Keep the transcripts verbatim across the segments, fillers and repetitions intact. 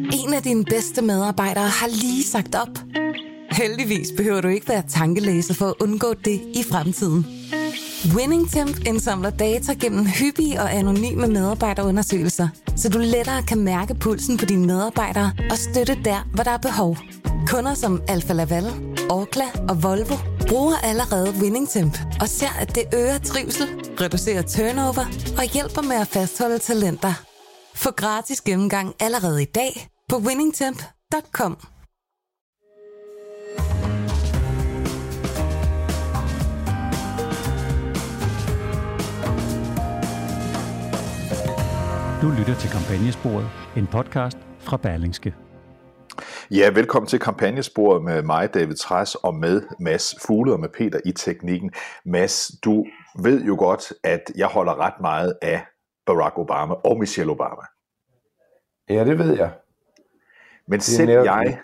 En af dine bedste medarbejdere har lige sagt op. Heldigvis behøver du ikke være tankelæser for at undgå det i fremtiden. WinningTemp indsamler data gennem hyppige og anonyme medarbejderundersøgelser, så du lettere kan mærke pulsen på dine medarbejdere og støtte der, hvor der er behov. Kunder som Alfa Laval, Orkla og Volvo bruger allerede WinningTemp og ser, at det øger trivsel, reducerer turnover og hjælper med at fastholde talenter. Få gratis gennemgang allerede i dag på winningtemp punktum com. Du lytter til Kampagnesporet, en podcast fra Berlingske. Ja, velkommen til Kampagnesporet med mig, David Træs, og med Mads Fugle og med Peter i teknikken. Mads, du ved jo godt, at jeg holder ret meget af Barack Obama og Michelle Obama. Ja, det ved jeg. Men selv jeg,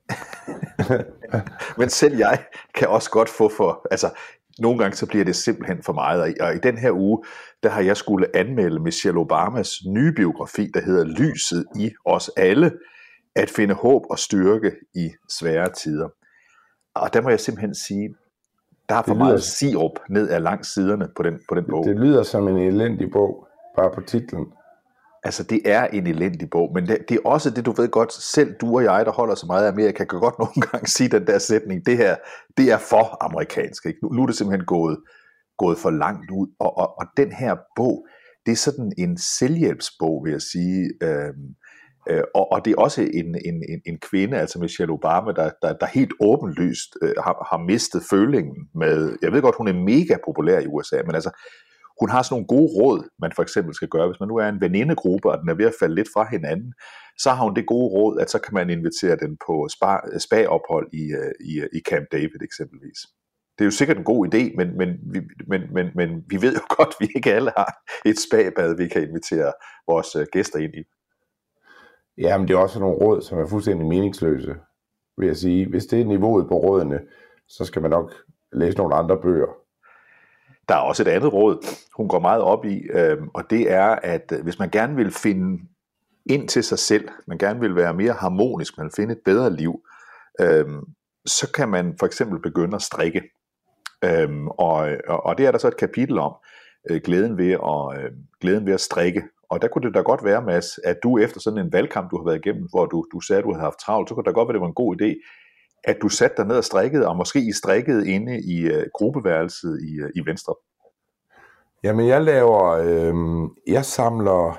men selv jeg kan også godt få for, altså nogle gange så bliver det simpelthen for meget, og i den her uge, der har jeg skulle anmelde Michelle Obamas nye biografi, der hedder Lyset i os alle, at finde håb og styrke i svære tider. Og der må jeg simpelthen sige, der er for lyder, meget sirup ned ad langs siderne på den, på den bog. Det lyder som en elendig bog, bare på titlen. Altså, det er en elendig bog, men det, det er også det, du ved godt, selv du og jeg, der holder så meget af Amerika, kan godt nogle gange sige den der sætning, det her, det er for amerikansk, ikke? Nu, nu er det simpelthen gået, gået for langt ud, og, og, og den her bog, det er sådan en selvhjælpsbog, vil jeg sige, øhm, øh, og, og det er også en, en, en, en kvinde, altså Michelle Obama, der, der, der helt åbenlyst øh, har, har mistet følingen med, jeg ved godt, hun er mega populær i U S A, men altså, hun har sådan nogle gode råd, man for eksempel skal gøre. Hvis man nu er en venindegruppe, og den er ved at falde lidt fra hinanden, så har hun det gode råd, at så kan man invitere den på spa-ophold i, i, i Camp David eksempelvis. Det er jo sikkert en god idé, men, men, vi, men, men, men vi ved jo godt, at vi ikke alle har et spa-bad, vi kan invitere vores gæster ind i. Ja, men det er også nogle råd, som er fuldstændig meningsløse, vil jeg sige. Hvis det er niveauet på rådene, så skal man nok læse nogle andre bøger. Der er også et andet råd, hun går meget op i, øh, og det er, at hvis man gerne vil finde ind til sig selv, man gerne vil være mere harmonisk, man vil finde et bedre liv, øh, så kan man for eksempel begynde at strikke. Øh, og, og det er der så et kapitel om, øh, glæden, ved at, øh, glæden ved at strikke. Og der kunne det da godt være, Mads, at du efter sådan en valgkamp, du har været igennem, hvor du, du sagde, at du havde haft travlt, så kunne det da godt være, at det var en god idé, at du satte dig ned og strikkede, og måske I strikkede inde i uh, gruppeværelset i, uh, i Venstre. Jamen jeg laver, øh, jeg samler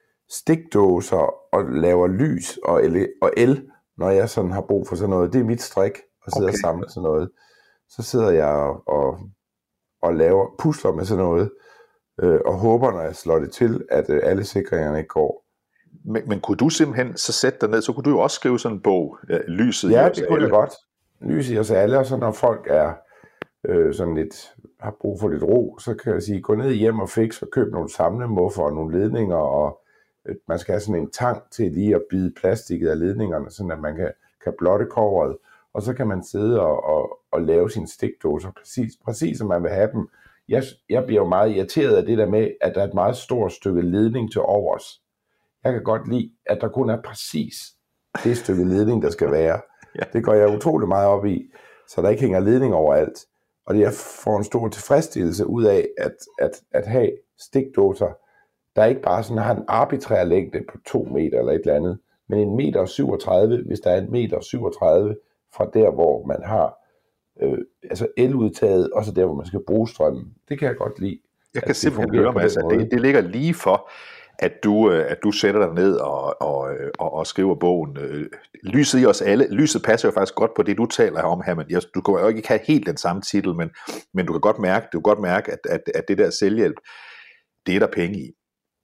stikdåser og laver lys og el, og el, når jeg sådan har brug for sådan noget. Det er mit strik, at sidde okay. og samle sådan noget. Så sidder jeg og, og, og laver pusler med sådan noget, øh, og håber, når jeg slår det til, at øh, alle sikringerne ikke går. Men, men kunne du simpelthen så sætte dig ned, så kunne du jo også skrive sådan en bog, ja, Lyset ja, i os alle. Ja, det kunne jeg godt. Lyset i os alle, og så når folk er øh, sådan lidt, har brug for lidt ro, så kan jeg sige, gå ned hjem og fix og køb nogle samlemuffer og nogle ledninger, og øh, man skal have sådan en tang til lige at bide plastikket af ledningerne, sådan at man kan, kan blotte coveret, og så kan man sidde og, og, og lave sine stikdåser præcis, præcis som man vil have dem. Jeg, jeg bliver jo meget irriteret af det der med, at der er et meget stort stykke ledning til overs. Jeg kan godt lide, at der kun er præcis det stykke ledning, der skal være. Ja. Det går jeg utrolig meget op i, så der ikke hænger ledning overalt. Og jeg får en stor tilfredsstillelse ud af, at, at, at have stikdåser, der ikke bare sådan har en arbitrær længde på to meter eller et eller andet, men en meter syvogtredive, hvis der er en meter syvogtredive fra der, hvor man har øh, altså eludtaget, og så der, hvor man skal bruge strømmen. Det kan jeg godt lide. Jeg kan simpelthen høre, Mads, at det, det ligger lige for, at du, at du sætter dig ned og, og, og, og skriver bogen. Lyset i os alle. Lyset passer jo faktisk godt på det, du taler om her, men du kan jo ikke have helt den samme titel, men, men du kan godt mærke, du kan godt mærke at, at, at det der selvhjælp, det er der penge i.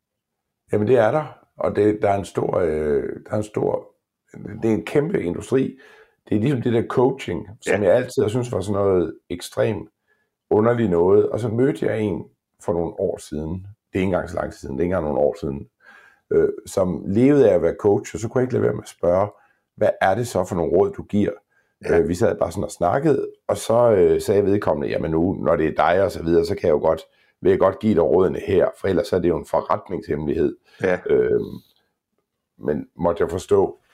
Jamen det er der, og det, der er en stor, øh, der er en stor, det er en kæmpe industri. Det er ligesom det der coaching, som ja. jeg altid har synes var sådan noget ekstremt underligt noget, og så mødte jeg en for nogle år siden, det er ikke engang så lang tid siden, det er ikke engang nogle år siden, øh, som levede af at være coach, og så kunne jeg ikke lade være med at spørge, hvad er det så for nogle råd, du giver? Ja. Øh, vi sad bare sådan og snakkede, og så øh, sagde vedkommende, jamen nu, når det er dig og så videre, så kan jeg jo godt, vil jeg godt give dig rådene her, for ellers er det jo en forretningshemmelighed. Ja. Øh, men måtte jeg forstå,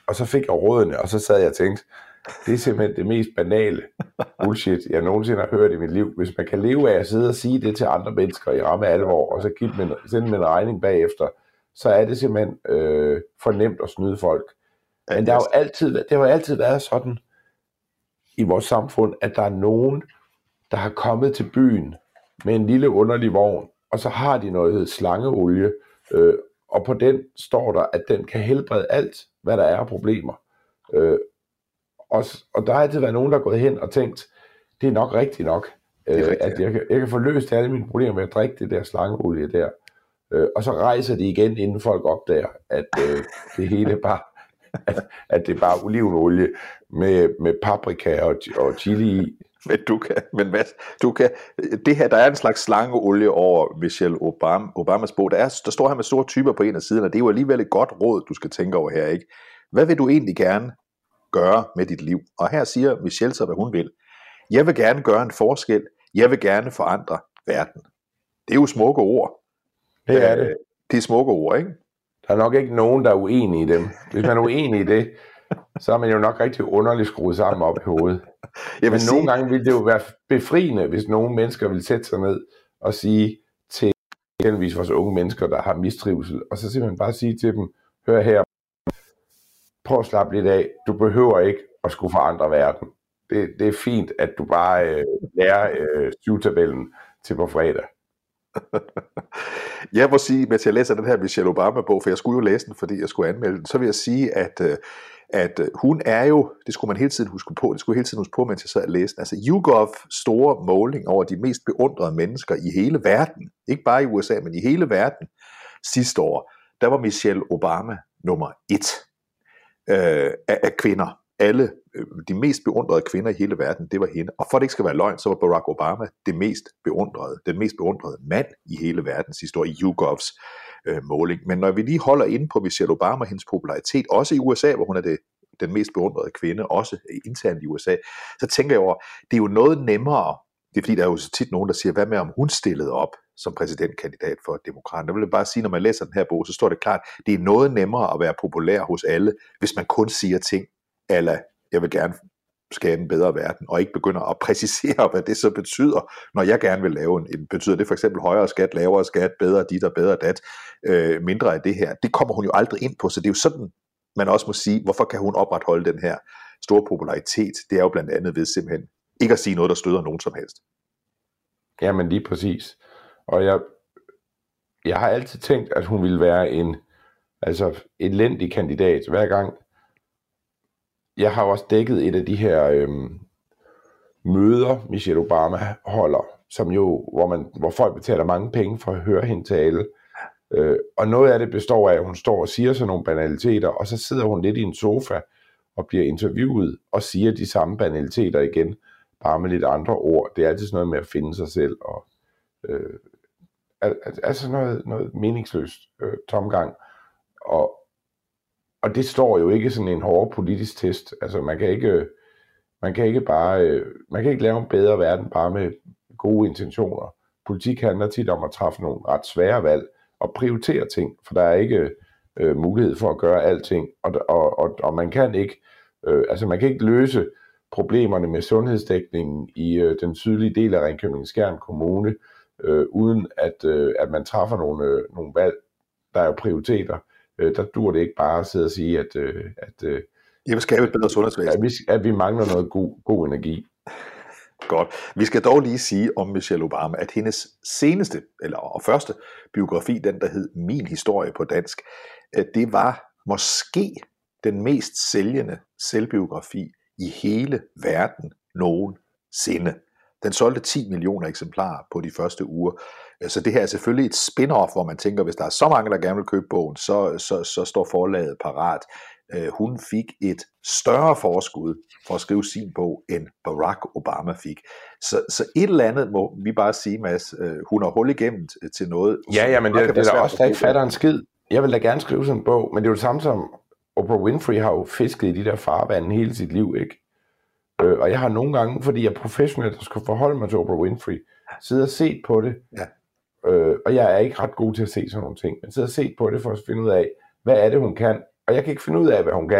og så fik jeg rådene, og så sad jeg og tænkte, det er simpelthen det mest banale bullshit, jeg nogensinde har hørt i mit liv. Hvis man kan leve af at sidde og sige det til andre mennesker i ramme alvor, og så give dem en, sende dem en regning bagefter, så er det simpelthen øh, for nemt at snyde folk. Men der har jo altid, det har jo altid været sådan i vores samfund, at der er nogen, der har kommet til byen med en lille underlig vogn, og så har de noget slangeolie, øh, og på den står der, at den kan helbrede alt, hvad der er af problemer. Øh, og, og der har altid været nogen, der er gået hen og tænkt, det er nok rigtigt nok, øh, rigtigt, at jeg kan, jeg kan få løst alle mine problemer med at drikke det der slangeolie der. Øh, og så rejser de igen, inden folk opdager, at øh, det hele bare, at, at det er bare olivenolie med, med paprika og, og chili i. Men du kan, men hvad, du kan, det her, der er en slags slangeolie over Michelle Obama, Obamas bog. Der, er, der står her med store typer på en af siderne, og det er jo alligevel et godt råd, du skal tænke over her, ikke? Hvad vil du egentlig gerne gøre med dit liv? Og her siger Michelle så, hvad hun vil. Jeg vil gerne gøre en forskel. Jeg vil gerne forandre verden. Det er jo smukke ord. Det er det. Det er smukke ord, ikke? Der er nok ikke nogen, der er uenige i dem. Hvis man er uenig i det, så er man jo nok rigtig underligt skruet sammen op i hovedet. Men nogle sige... gange ville det jo være befriende, hvis nogle mennesker ville sætte sig ned og sige til eksempelvis vores unge mennesker, der har mistrivsel, og så simpelthen bare sige til dem, hør her, prøv at slappe lidt af, du behøver ikke at skulle forandre verden. Det, det er fint, at du bare øh, lærer øh, syvtabellen til på fredag. Jeg må sige, mens jeg læser den her Michelle Obama-bog, for jeg skulle jo læse den, fordi jeg skulle anmelde den, så vil jeg sige, at, at hun er jo, det skulle man hele tiden huske på, det skulle jeg hele tiden huske på, mens jeg sad og læste den, altså YouGov store måling over de mest beundrede mennesker i hele verden, ikke bare i U S A, men i hele verden sidste år, der var Michelle Obama nummer et øh, af, af kvinder. Alle de mest beundrede kvinder i hele verden, det var hende. Og for det ikke skal være løgn, så var Barack Obama det mest beundrede, den mest beundrede mand i hele verden sidste år i YouGovs øh, måling. Men når vi lige holder inde på Michelle Obama og hendes popularitet, også i U S A, hvor hun er det, den mest beundrede kvinde, også internt i U S A, så tænker jeg over, det er jo noget nemmere, det er fordi, der er jo så tit nogen, der siger, hvad med om hun stillede op som præsidentkandidat for demokraterne. Der vil jeg bare sige, når man læser den her bog, så står det klart, det er noget nemmere at være populær hos alle, hvis man kun siger ting, eller jeg vil gerne skabe en bedre verden, og ikke begynder at præcisere, hvad det så betyder, når jeg gerne vil lave en, betyder det for eksempel højere skat, lavere skat, bedre dit og bedre dat, øh, mindre af det her. Det kommer hun jo aldrig ind på, så det er jo sådan, man også må sige, hvorfor kan hun opretholde den her store popularitet? Det er jo blandt andet ved simpelthen ikke at sige noget, der støder nogen som helst. Jamen lige præcis. Og jeg, jeg har altid tænkt, at hun ville være en altså elendig kandidat hver gang. Jeg har også dækket et af de her øhm, møder, Michelle Obama holder, som jo, hvor, man, hvor folk betaler mange penge for at høre hende tale. Øh, og noget af det består af, at hun står og siger sådan nogle banaliteter, og så sidder hun lidt i en sofa og bliver interviewet og siger de samme banaliteter igen, bare med lidt andre ord. Det er altid sådan noget med at finde sig selv, og øh, altså noget, noget meningsløst øh, tomgang. Og Og det står jo ikke sådan en hård politisk test. Altså man kan ikke, man kan ikke bare, man kan ikke lave en bedre verden bare med gode intentioner. Politik handler tit om at træffe nogle ret svære valg og prioritere ting, for der er ikke øh, mulighed for at gøre alting, og, og, og, og man kan ikke, øh, altså man kan ikke løse problemerne med sundhedsdækningen i øh, den sydlige del af Ringkøbing-Skjern Kommune, øh, uden at, øh, at man træffer nogle, øh, nogle valg, der er prioriteter. Der dur det ikke bare at sidde og sige, at, at, jeg vil skabe et bedre sundhedsvæsen. At vi, at vi mangler noget god, god energi. Godt. Vi skal dog lige sige om Michelle Obama, at hendes seneste, eller og første biografi, den der hed Min historie på dansk, det var måske den mest sælgende selvbiografi i hele verden nogensinde. Den solgte ti millioner eksemplarer på de første uger. Så det her er selvfølgelig et spin-off, hvor man tænker, hvis der er så mange, der gerne vil købe bogen, så, så, så står forlaget parat. Hun fik et større forskud for at skrive sin bog, end Barack Obama fik. Så, så et eller andet må vi bare sige, Mads, hun har hul igennem til noget. Ja, ja, men det, det er da også, der ikke fatter en skid. Jeg vil da gerne skrive sådan en bog, men det er jo det samme som Oprah Winfrey har jo fisket i de der farvande hele sit liv, ikke? Øh, og jeg har nogle gange, fordi jeg er professionel, der skal forholde mig til Oprah Winfrey, sidde og set på det, ja. øh, og jeg er ikke ret god til at se sådan nogle ting, men sidde og set på det for at finde ud af, hvad er det, hun kan, og jeg kan ikke finde ud af, hvad hun kan,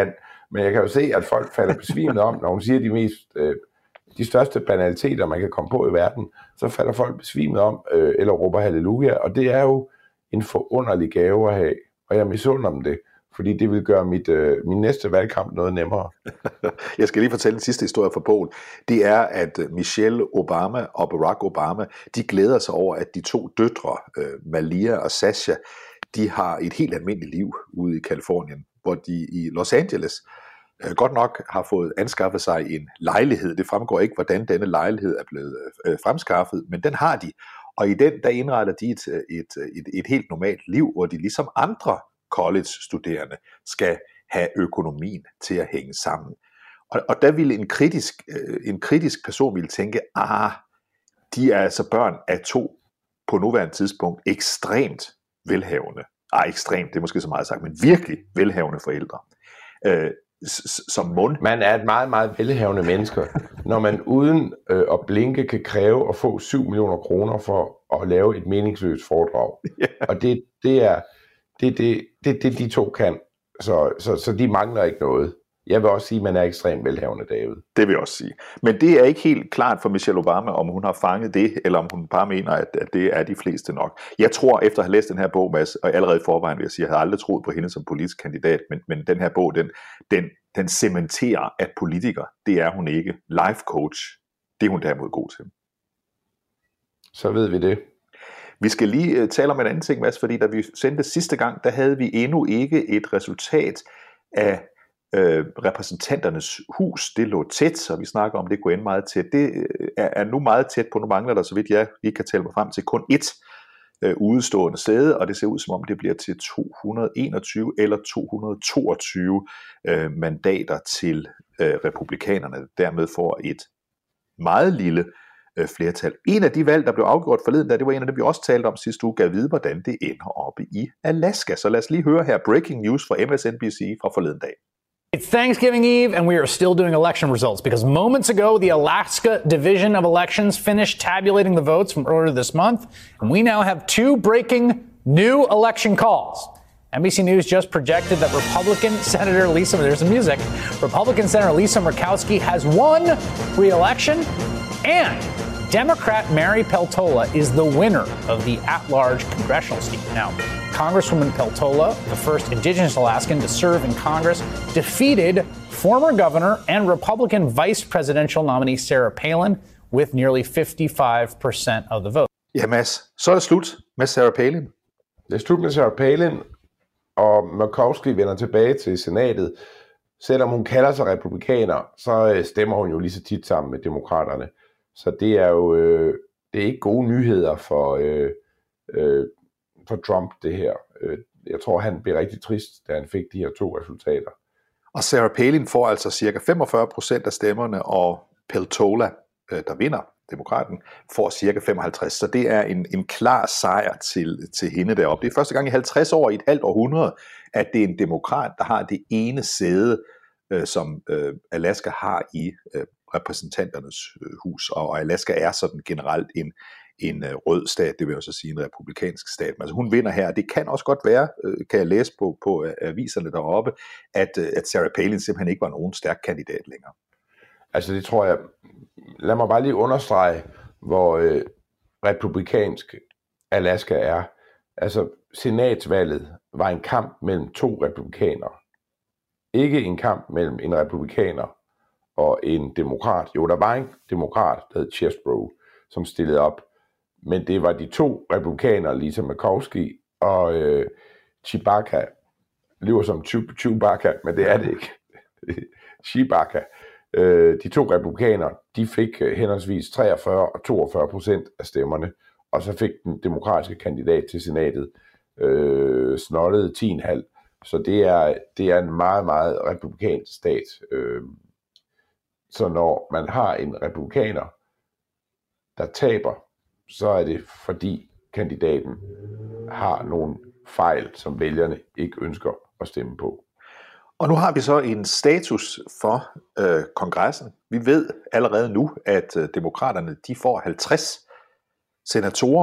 Men jeg kan jo se, at folk falder besvimet om, når hun siger de mest, øh, de største banaliteter, man kan komme på i verden, så falder folk besvimet om, øh, eller råber halleluja, og det er jo en forunderlig gave at have, og jeg misunder dem det, fordi det vil gøre mit, øh, min næste valgkamp noget nemmere. Jeg skal lige fortælle en sidste historie fra bogen. Det er, at Michelle Obama og Barack Obama, de glæder sig over, at de to døtre, øh, Malia og Sasha, de har et helt almindeligt liv ude i Kalifornien, hvor de i Los Angeles øh, godt nok har fået anskaffet sig en lejlighed. Det fremgår ikke, hvordan denne lejlighed er blevet øh, fremskaffet, men den har de. Og i den, der indretter de et, et, et, et helt normalt liv, hvor de ligesom andre college-studerende skal have økonomien til at hænge sammen. Og, og der ville en kritisk, en kritisk person ville tænke, ah, de er altså børn af to på nuværende tidspunkt ekstremt velhavende. Ah, ekstremt, det er måske så meget sagt, men virkelig velhavende forældre. Øh, som mund. Man er et meget, meget velhavende menneske, når man uden øh, at blinke kan kræve at få syv millioner kroner for at lave et meningsløst foredrag. Yeah. Og det, det er det, det, det, det de to kan. Så, så, så de mangler ikke noget. Jeg vil også sige, at man er ekstremt velhavende, David. Det vil jeg også sige. Men det er ikke helt klart for Michelle Obama, om hun har fanget det, eller om hun bare mener, at, at det er de fleste nok. Jeg tror, efter at have læst den her bog, Mads, og allerede i forvejen vil jeg sige, at jeg havde aldrig troet på hende som politisk kandidat, men, men den her bog, den, den, den cementerer, at politiker, det er hun ikke. Life coach, det er hun derimod god til. Så ved vi det. Vi skal lige uh, tale om en anden ting, Mads, fordi da vi sendte sidste gang, der havde vi endnu ikke et resultat af Øh, repræsentanternes hus. Det lå tæt, så vi snakker om, det kunne ende meget tæt. Det øh, er, er nu meget tæt på. Nu mangler der, så vidt jeg lige kan tælle mig frem til, kun ét øh, udestående sæde, og det ser ud som om, det bliver til to hundrede og enogtyve eller to hundrede og toogtyve øh, mandater til øh, republikanerne. Dermed får et meget lille øh, flertal. En af de valg, der blev afgjort forleden, der, det var en af dem, vi også talte om sidste uge, gav vide, hvordan det ender oppe i Alaska. Så lad os lige høre her breaking news fra M S N B C fra forleden dag. It's Thanksgiving Eve, and we are still doing election results because moments ago, the Alaska Division of Elections finished tabulating the votes from earlier this month, and we now have two breaking new election calls. N B C News just projected that Republican Senator Lisa, there's some music, Republican Senator Lisa Murkowski has won re-election, and Democrat Mary Peltola is the winner of the at-large congressional seat. Now, Congresswoman Peltola, the first indigenous Alaskan to serve in Congress, defeated former governor and Republican vice presidential nominee Sarah Palin with nearly fifty-five percent of the vote. Ja, Mads, så er det slut med Sarah Palin. Det er slut med Sarah Palin, og Murkowski vender tilbage til senatet. Selvom hun kalder sig republikaner, så stemmer hun jo lige så tit sammen med demokraterne. Så det er jo øh, det er ikke gode nyheder for, øh, øh, for Trump, det her. Jeg tror, han blev rigtig trist, da han fik de her to resultater. Og Sarah Palin får altså cirka femogfyrre procent af stemmerne, og Peltola, øh, der vinder, demokraten, får cirka femoghalvtreds. Så det er en, en klar sejr til, til hende deroppe. Det er første gang i halvtreds år, i et halvt århundrede, at det er en demokrat, der har det ene sæde, øh, som øh, Alaska har i øh, repræsentanternes øh, hus. Og Alaska er sådan generelt en, en øh, rød stat, det vil jeg så sige en republikansk stat. Men altså, hun vinder her, det kan også godt være, øh, kan jeg læse på, på aviserne deroppe, at, øh, at Sarah Palin simpelthen ikke var nogen stærk kandidat længere. Altså det tror jeg, lad mig bare lige understrege, hvor øh, republikansk Alaska er. Altså senatsvalget var en kamp mellem to republikanere. Ikke en kamp mellem en republikaner og en demokrat. Jo, der var en demokrat, der hed Chesbrough, som stillede op. Men det var de to republikanere, Lisa Murkowski og øh, Chewbacca. Lyder som Chewbacca, men det er det ikke. Chewbacca. Øh, de to republikanere, de fik øh, henholdsvis treogfyrre og toogfyrre procent af stemmerne, og så fik den demokratiske kandidat til senatet øh, snottede ti komma fem. Så det er, det er en meget, meget republikansk stat. Øh, så når man har en republikaner, der taber, så er det fordi kandidaten har nogle fejl, som vælgerne ikke ønsker at stemme på. Og nu har vi så en status for øh, kongressen. Vi ved allerede nu, at øh, demokraterne de får halvtreds senatorer,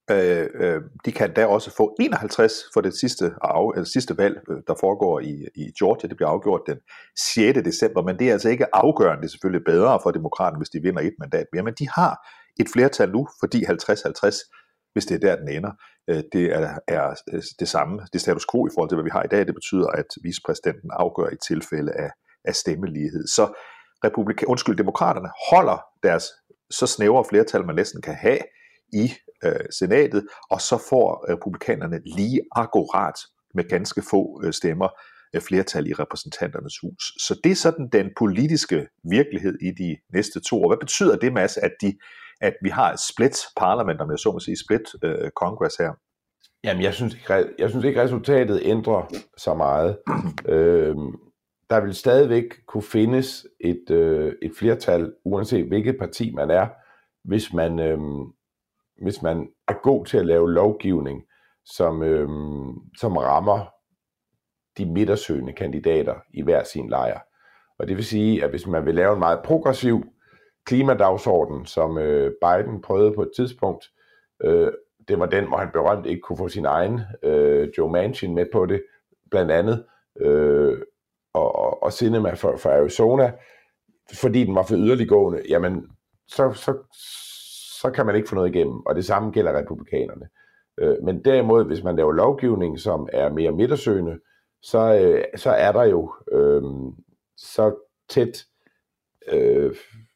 Øh, øh, de kan da også få enoghalvtreds for det sidste, af, eller sidste valg, der foregår i, i Georgia. Det bliver afgjort den sjette december, men det er altså ikke afgørende. Det er selvfølgelig bedre for demokraterne, hvis de vinder et mandat mere, men de har et flertal nu, fordi halvtreds halvtreds, hvis det er der, den ender, øh, det er, er det samme. Det status quo i forhold til, hvad vi har i dag. Det betyder, at vicepræsidenten afgør i tilfælde af, af stemmelighed. Så republika- undskyld, demokraterne holder deres så snævre flertal, man næsten kan have i øh, senatet, og så får republikanerne lige akkurat med ganske få øh, stemmer øh, flertal i repræsentanternes hus. Så det er sådan den politiske virkelighed i de næste to år. Hvad betyder det, Mads, at, de, at vi har et split parlament, om jeg så må sige, split øh, congress her? Jamen, jeg synes ikke, jeg synes ikke resultatet ændrer så meget. øhm, der vil stadigvæk kunne findes et, øh, et flertal, uanset hvilket parti man er, hvis man, øh, hvis man er god til at lave lovgivning, som, øh, som rammer de midtersøgende kandidater i hver sin lejr. Og det vil sige, at hvis man vil lave en meget progressiv klimadagsorden, som øh, Biden prøvede på et tidspunkt, øh, det var den, hvor han berømt ikke kunne få sin egen øh, Joe Manchin med på det, blandt andet, øh, og, og, og Sinema for, for Arizona, fordi den var for yderliggående, jamen, så, så, så kan man ikke få noget igennem, og det samme gælder republikanerne. Øh, men derimod, hvis man laver lovgivning, som er mere midtersøgende, så, øh, så er der jo øh, så tæt øh,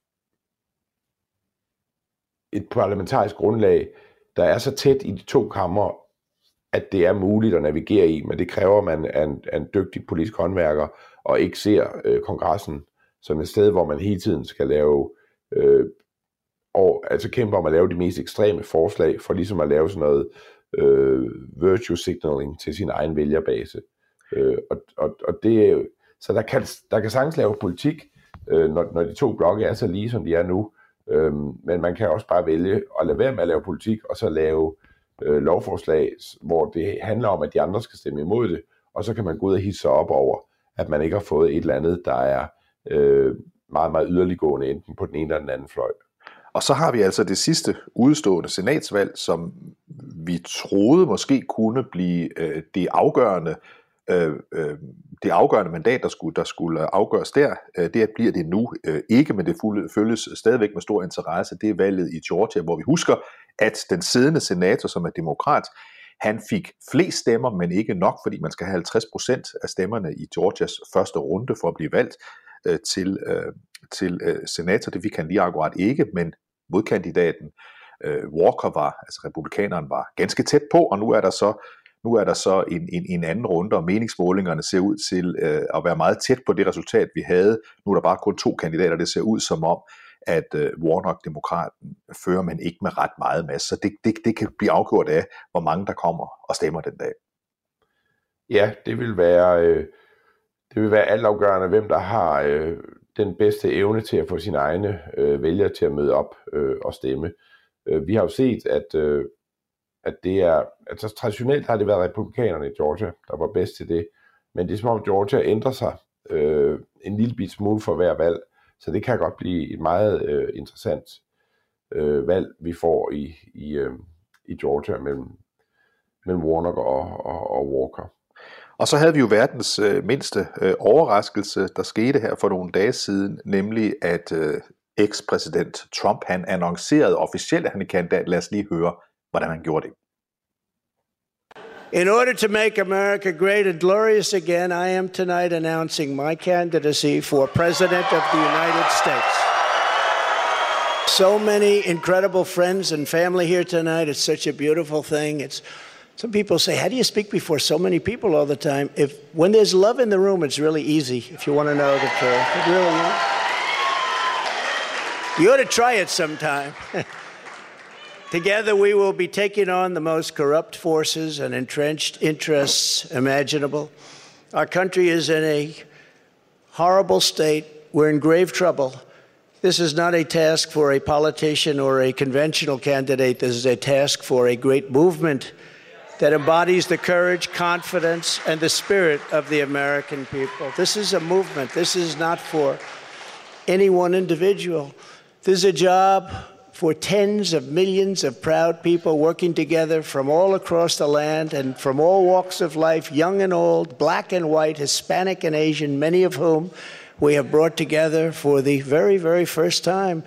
et parlamentarisk grundlag, der er så tæt i de to kamre, at det er muligt at navigere i, men det kræver, at man er en, er en dygtig politisk håndværker, og ikke ser øh, kongressen som et sted, hvor man hele tiden skal lave, øh, og, altså kæmpe om at lave de mest ekstreme forslag, for ligesom at lave sådan noget øh, virtue signaling til sin egen vælgerbase. Øh, og, og, og det er jo, så der kan, der kan sagtens lave politik, øh, når, når de to blokke er så lige, som de er nu, øh, men man kan også bare vælge at lade være med at lave politik, og så lave øh, lovforslag, hvor det handler om, at de andre skal stemme imod det, og så kan man gå ud og hisse sig op over, at man ikke har fået et eller andet, der er øh, meget, meget yderliggående, enten på den ene eller den anden fløj. Og så har vi altså det sidste udstående senatsvalg, som vi troede måske kunne blive øh, det afgørende øh, øh, det afgørende mandat, der skulle, der skulle afgøres der. Øh, det bliver det nu øh, ikke, men det følges stadigvæk med stor interesse. Det er valget i Georgia, hvor vi husker, at den siddende senator, som er demokrat, han fik flest stemmer, men ikke nok, fordi man skal have halvtreds procent af stemmerne i Georgias første runde for at blive valgt øh, til, øh, til øh, senator. Det fik han lige akkurat ikke, men modkandidaten øh, Walker var, altså republikaneren var ganske tæt på, og nu er der så nu er der så en, en, en anden runde, og meningsmålingerne ser ud til øh, at være meget tæt på det resultat, vi havde. Nu er der bare kun to kandidater, det ser ud som om, at øh, Warnock-demokraten fører, men ikke med ret meget masse. Så det, det, det kan blive afgjort af, hvor mange der kommer og stemmer den dag. Ja, det vil være, øh, det vil være altafgørende, hvem der har øh, den bedste evne til at få sine egne øh, vælgere til at møde op øh, og stemme. Øh, vi har jo set, at, øh, at det er, altså traditionelt har det været republikanerne i Georgia, der var bedst til det, men det er som om Georgia ændrer sig øh, en lille bit smule for hver valg, så det kan godt blive et meget øh, interessant øh, valg, vi får i, i, øh, i Georgia mellem, mellem Warnock og, og, og Walker. Og så havde vi jo verdens øh, mindste øh, overraskelse, der skete her for nogle dage siden, nemlig at øh, ekspræsident Trump, han annoncerede officielt, at han er kandidat. Lad os lige høre, hvordan han gjorde det. In order to make America great and glorious again, I am tonight announcing my candidacy for President of the United States. So many incredible friends and family here tonight. It's such a beautiful thing. It's some people say, how do you speak before so many people all the time? If when there's love in the room, it's really easy, if you want to know the truth. It really is. You ought to try it sometime. Together we will be taking on the most corrupt forces and entrenched interests imaginable. Our country is in a horrible state. We're in grave trouble. This is not a task for a politician or a conventional candidate. This is a task for a great movement that embodies the courage, confidence, and the spirit of the American people. This is a movement. This is not for any one individual. This is a job for tens of millions of proud people working together from all across the land and from all walks of life, young and old, black and white, Hispanic and Asian, many of whom we have brought together for the very, very first time.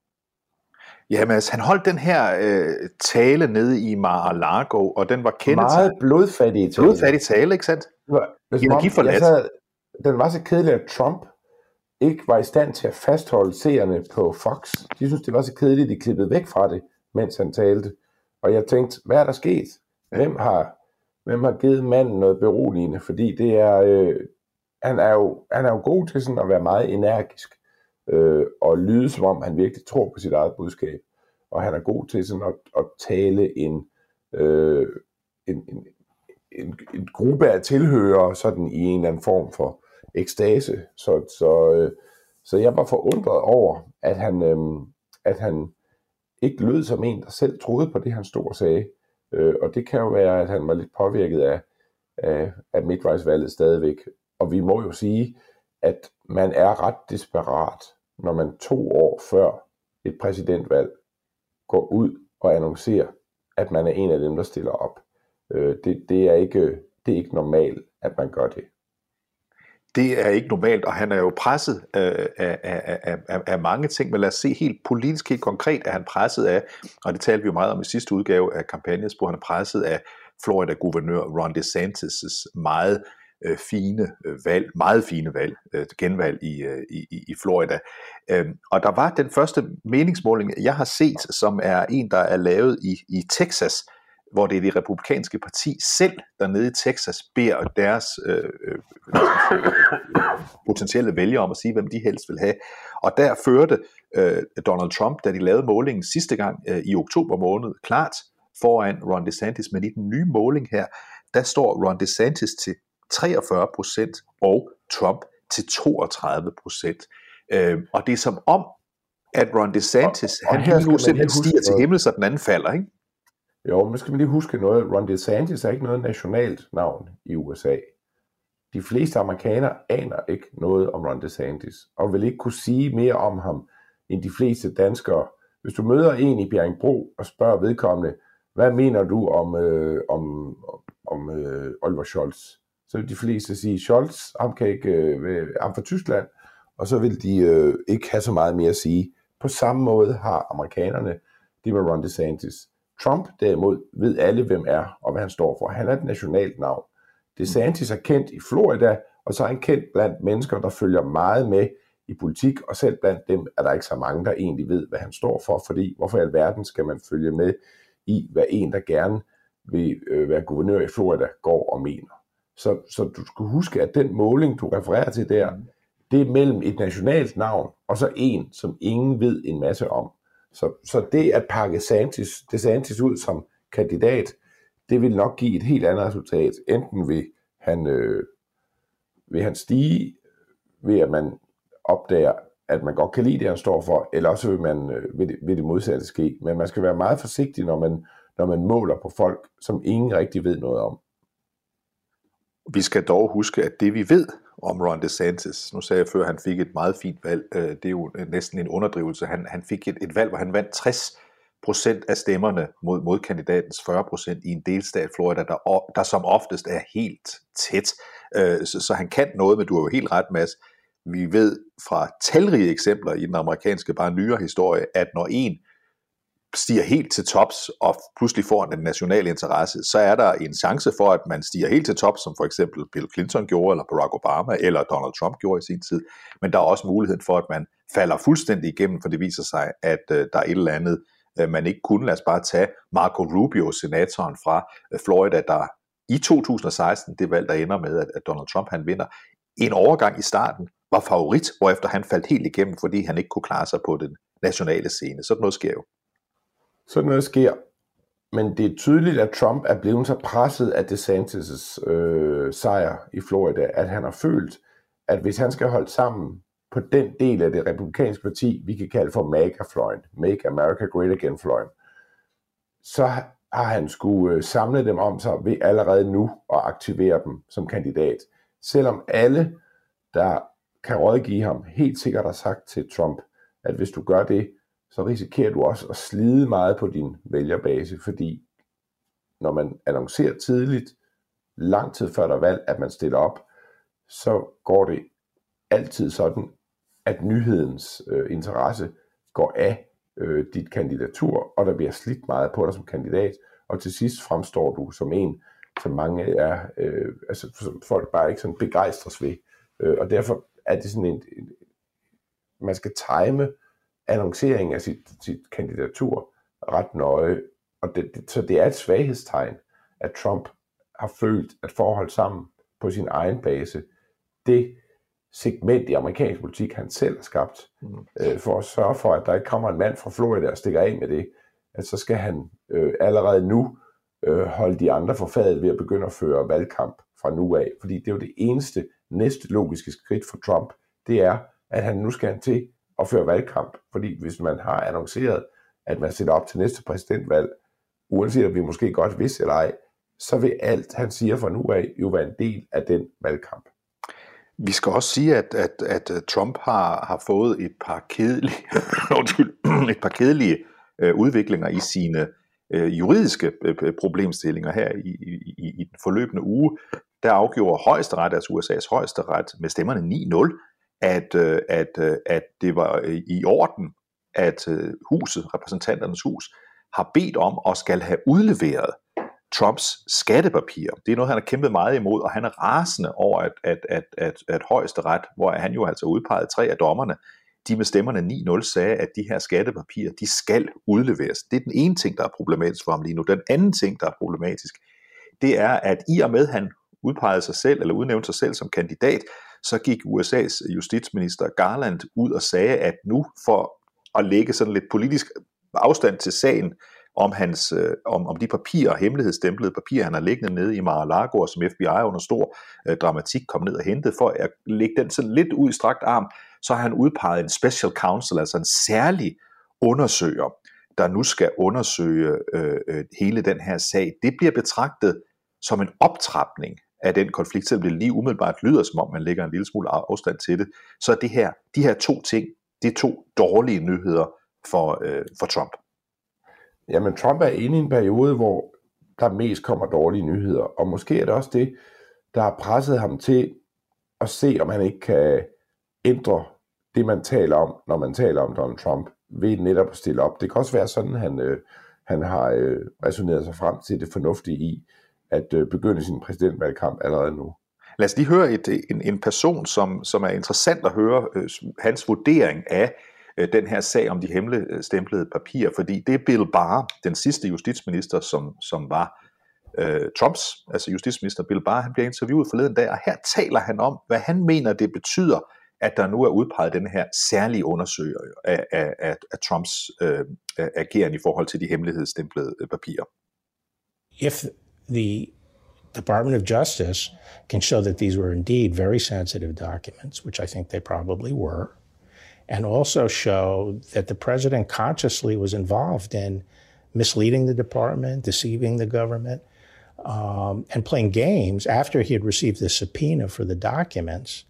Ja, Mads, han holdt den her øh, tale nede i Mar-a-Lago, og den var kendetegnet. Meget blodfattig tale. Blodfattig tale, ikke sandt? Energiforladt. Den var så kedelig, at Trump ikke var i stand til at fastholde seerne på Fox. De synes, det var så kedeligt, de klippede væk fra det, mens han talte. Og jeg tænkte, hvad er der sket? Hvem har, hvem har givet manden noget beroligende? Fordi det er, øh, han, er jo, han er jo god til sådan at være meget energisk, øh, og lyde som om, han virkelig tror på sit eget budskab. Og han er god til sådan at, at tale en, øh, en, en, en, en gruppe af tilhørere sådan i en eller anden form for ekstase. Så, så, øh, så jeg var forundret over, at han, øh, at han ikke lød som en, der selv troede på det, han stod og sagde. Øh, og det kan jo være, at han var lidt påvirket af, af, af midtvejsvalget stadigvæk. Og vi må jo sige, at man er ret desperat, når man to år før et præsidentvalg går ud og annoncerer, at man er en af dem, der stiller op. Øh, det, det, er ikke, det er ikke normalt, at man gør det. Det er ikke normalt, og han er jo presset øh, af, af, af, af mange ting, men lad os se helt politisk, helt konkret, er han presset af, og det talte vi jo meget om i sidste udgave af Kampagnespor, han er presset af Florida-guvernør Ron DeSantis' meget øh, fine valg, meget fine valg, øh, genvalg i, øh, i, i Florida. Øh, og der var den første meningsmåling, jeg har set, som er en, der er lavet i, i Texas, hvor det er det republikanske parti selv dernede i Texas beder deres øh, øh, potentielle vælgere om at sige, hvem de helst vil have. Og der førte øh, Donald Trump, da de lavede målingen sidste gang øh, i oktober måned, klart foran Ron DeSantis. Men i den nye måling her, der står Ron DeSantis til treogfyrre procent og Trump til toogtredive procent. Øh, og det er som om, at Ron DeSantis, og, og han nu simpelthen stiger til himmel, så den anden falder, ikke? Jo, men skal man lige huske noget. Ron DeSantis er ikke noget nationalt navn i U S A. De fleste amerikanere aner ikke noget om Ron DeSantis, og vil ikke kunne sige mere om ham, end de fleste danskere. Hvis du møder en i Bjerringbro og spørger vedkommende, hvad mener du om, øh, om, om øh, Oliver Scholz? Så vil de fleste sige, Scholz, ham kan ikke, øh, ham fra Tyskland, og så vil de øh, ikke have så meget mere at sige. På samme måde har amerikanerne det med Ron DeSantis. Trump derimod ved alle, hvem er og hvad han står for. Han er et nationalt navn. DeSantis er kendt i Florida, og så er han kendt blandt mennesker, der følger meget med i politik, og selv blandt dem er der ikke så mange, der egentlig ved, hvad han står for, fordi hvorfor i alverden skal man følge med i, hvad en, der gerne vil øh, være guvernør i Florida, går og mener. Så, så du skal huske, at den måling, du refererer til der, det er mellem et nationalt navn, og så en, som ingen ved en masse om. Så, så det at pakke DeSantis, DeSantis ud som kandidat, det vil nok give et helt andet resultat. Enten vil han, øh, vil han stige, ved at man opdager, at man godt kan lide det, han står for, eller også vil, man, øh, vil, det, vil det modsatte ske. Men man skal være meget forsigtig, når man, når man måler på folk, som ingen rigtig ved noget om. Vi skal dog huske, at det vi ved om Ron DeSantis, nu sagde jeg før, at han fik et meget fint valg, det er jo næsten en underdrivelse, han, han fik et, et valg, hvor han vandt tres procent af stemmerne mod, mod kandidatens fyrre procent i en delstat Florida, der, der som oftest er helt tæt, så, så han kan noget, men du har jo helt ret, Mads. Vi ved fra talrige eksempler i den amerikanske, bare nyere historie, at når en stiger helt til tops og pludselig får en national interesse, så er der en chance for, at man stiger helt til tops, som for eksempel Bill Clinton gjorde, eller Barack Obama, eller Donald Trump gjorde i sin tid. Men der er også muligheden for, at man falder fuldstændig igennem, for det viser sig, at uh, der er et eller andet, uh, man ikke kunne. Lad os bare tage Marco Rubio, senatoren fra uh, Florida, der i to tusind og seksten, det valg, der ender med, at, at Donald Trump han vinder, en overgang i starten var favorit, hvorefter han faldt helt igennem, fordi han ikke kunne klare sig på den nationale scene. Sådan noget sker jo. Sådan noget sker, men det er tydeligt, at Trump er blevet så presset af DeSantis' øh, sejr i Florida, at han har følt, at hvis han skal holde sammen på den del af det republikanske parti, vi kan kalde for MAGA-fløjen, Make America Great Again-fløjen, så har han skulle samle dem om sig ved allerede nu at aktivere dem som kandidat. Selvom alle, der kan rådgive ham, helt sikkert har sagt til Trump, at hvis du gør det, så risikerer du også at slide meget på din vælgerbase, fordi når man annoncerer tidligt, lang tid før der er valg, at man stiller op, så går det altid sådan, at nyhedens øh, interesse går af øh, dit kandidatur, og der bliver slidt meget på dig som kandidat, og til sidst fremstår du som en, som mange er, øh, altså som folk bare ikke sådan begejstres ved. Øh, og derfor er det sådan en, en man skal time annonceringen af sit, sit kandidatur ret nøje, og det, det, så det er et svaghedstegn, at Trump har følt at forhold sammen på sin egen base, det segment i amerikansk politik, han selv har skabt, mm. øh, for at sørge for, at der ikke kommer en mand fra Florida og stikker af med det, at så skal han øh, allerede nu øh, holde de andre for fadet ved at begynde at føre valgkamp fra nu af, fordi det er jo det eneste næste logiske skridt for Trump, det er, at han nu skal han til at føre valgkamp, fordi hvis man har annonceret, at man sætter op til næste præsidentvalg, uanset om vi måske godt vidste eller ej, så vil alt, han siger fra nu af, jo være en del af den valgkamp. Vi skal også sige, at, at, at Trump har, har fået et par kedelige, et par kedelige øh, udviklinger i sine øh, juridiske øh, problemstillinger her i, i, i den forløbende uge. Der afgjorde højesteret, altså U S A's højesteret, med stemmerne ni nul, at, øh, at, øh, at det var i orden, at øh, huset, repræsentanternes hus, har bedt om og skal have udleveret Trumps skattepapirer. Det er noget, han har kæmpet meget imod, og han er rasende over, at, at, at, at, at højesteret, hvor han jo altså udpegede tre af dommerne, de med stemmerne ni nul sagde, at de her skattepapirer, de skal udleveres. Det er den ene ting, der er problematisk for ham lige nu. Den anden ting, der er problematisk, det er, at i og med, at han udpegede sig selv, eller udnævnte sig selv som kandidat, så gik U S A's justitsminister Garland ud og sagde, at nu for at lægge sådan lidt politisk afstand til sagen, om, hans, øh, om, om de papirer, hemmelighedsstemplede papirer, han har liggende nede i Mar-a-Lago, og som F B I under stor øh, dramatik kom ned og hentede, for at lægge den sådan lidt ud i strakt arm, så har han udpeget en special counsel, altså en særlig undersøger, der nu skal undersøge øh, øh, hele den her sag. Det bliver betragtet som en optrapning af den konflikt, selvom det lige umiddelbart lyder, som om man lægger en lille smule afstand til det. Så det her, de her to ting, det er to dårlige nyheder for, øh, for Trump. Jamen, Trump er inde i en periode, hvor der mest kommer dårlige nyheder, og måske er det også det, der har presset ham til at se, om han ikke kan ændre det, man taler om, når man taler om Donald Trump, ved netop at stille op. Det kan også være sådan, at han, øh, han har øh, resoneret sig frem til det fornuftige i at øh, begynde sin præsidentvalgkamp allerede nu. Lad os lige høre et, en, en person, som, som er interessant at høre øh, hans vurdering af øh, den her sag om de hemmeligstemplede papirer, fordi det er Bill Barr, den sidste justitsminister, som, som var øh, Trumps, altså justitsminister Bill Barr, han bliver interviewet forleden dag, og her taler han om, hvad han mener, det betyder, at der nu er udpeget den her særlige undersøger af, af, af, af Trumps øh, ageren i forhold til de hemmelighedsstemplede papirer. If the Department of Justice can show that these were indeed very sensitive documents, which I think they probably were, and also show that the president consciously was involved in misleading the department, deceiving the government, um, and playing games after he had received the subpoena for the documents,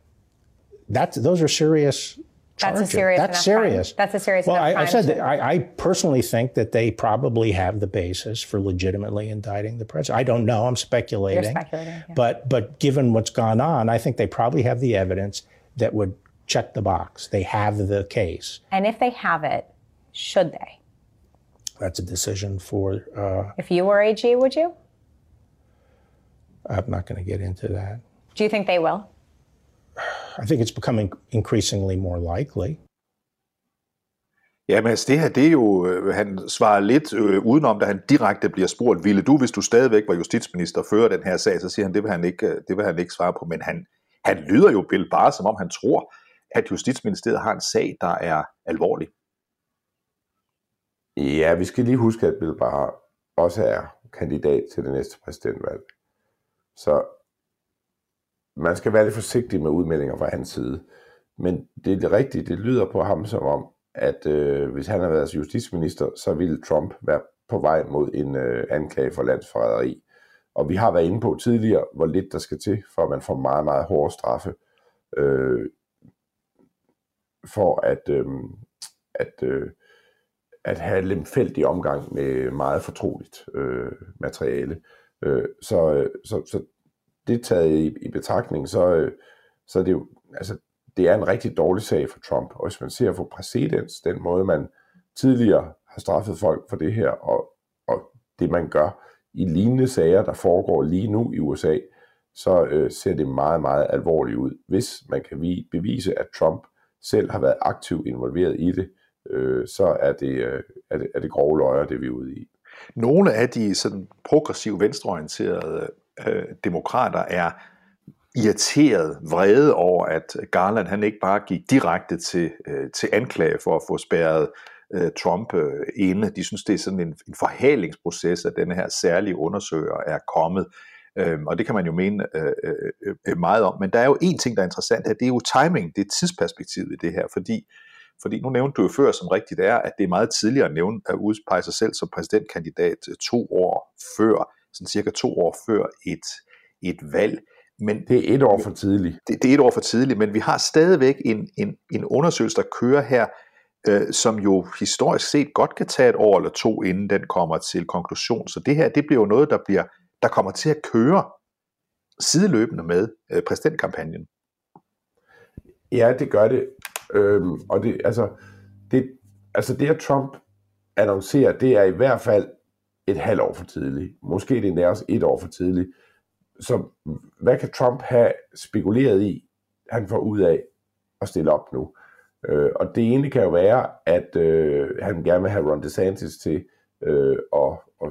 that, those are serious charges. That's a serious That's serious. Crime. That's a serious well, enough I, I said crime that I, I personally think that they probably have the basis for legitimately indicting the president. I don't know. I'm speculating. You're speculating. Yeah. But but given what's gone on, I think they probably have the evidence that would check the box. They have the case. And if they have it, should they? That's a decision for. Uh, if you were A G, would you? I'm not going to get into that. Do you think they will? I think it's becoming increasingly more likely. Ja, men altså det her, det er jo, øh, han svarer lidt øh, udenom, da han direkte bliver spurgt, ville du, hvis du stadigvæk var justitsminister, føre den her sag, så siger han, det vil han ikke, det vil han ikke svare på, men han, han lyder jo Bill Barr, som om han tror, at Justitsministeriet har en sag, der er alvorlig. Ja, vi skal lige huske, at Bill Barr også er kandidat til det næste præsidentvalg. Så man skal være lidt forsigtig med udmeldinger fra hans side. Men det er det rigtige, det lyder på ham som om, at øh, hvis han har været justitsminister, så ville Trump være på vej mod en øh, anklage for landsforræderi. Og vi har været inde på tidligere, hvor lidt der skal til, for at man får meget, meget hårde straffe, øh, for at, øh, at øh, at have lemfældig omgang med meget fortroligt øh, materiale. Øh, så, så, så det taget i, i betragtning, så, øh, så er det jo, altså, det er en rigtig dårlig sag for Trump. Og hvis man ser på præcedens, den måde man tidligere har straffet folk for det her, og, og det man gør i lignende sager, der foregår lige nu i U S A, så øh, ser det meget, meget alvorligt ud. Hvis man kan bevise, at Trump selv har været aktivt involveret i det, øh, så er det, øh, er, det, er det grove løjer, det vi er ude i. Nogle af de sådan progressive, venstreorienterede øh, demokrater er irriteret, vrede over, at Garland han ikke bare gik direkte til, øh, til anklage for at få spærret øh, Trump øh, inde. De synes, det er sådan en, en forhalingsproces, at denne her særlige undersøger er kommet. Øhm, og det kan man jo mene øh, øh, meget om. Men der er jo en ting, der er interessant her, det er jo timing, det er tidsperspektivet i det her, fordi Fordi nu nævnte du jo før, som rigtigt er, at det er meget tidligere at nævne at udpege sig selv som præsidentkandidat to år før, sådan cirka to år før et, et valg. Men det er et år for tidligt. Det, det er et år for tidligt, men vi har stadigvæk en, en, en undersøgelse, der kører her, øh, som jo historisk set godt kan tage et år eller to, inden den kommer til konklusion. Så det her, det bliver jo noget, der, bliver, der kommer til at køre sideløbende med øh, præsidentkampagnen. Ja, det gør det. Øhm, og det, altså, det, altså det, at Trump annoncerer, det er i hvert fald et halvt år for tidligt. Måske det er også et år for tidligt. Så hvad kan Trump have spekuleret i, han får ud af at stille op nu? Øh, og det ene kan jo være, at øh, han gerne vil have Ron DeSantis til øh, at, at,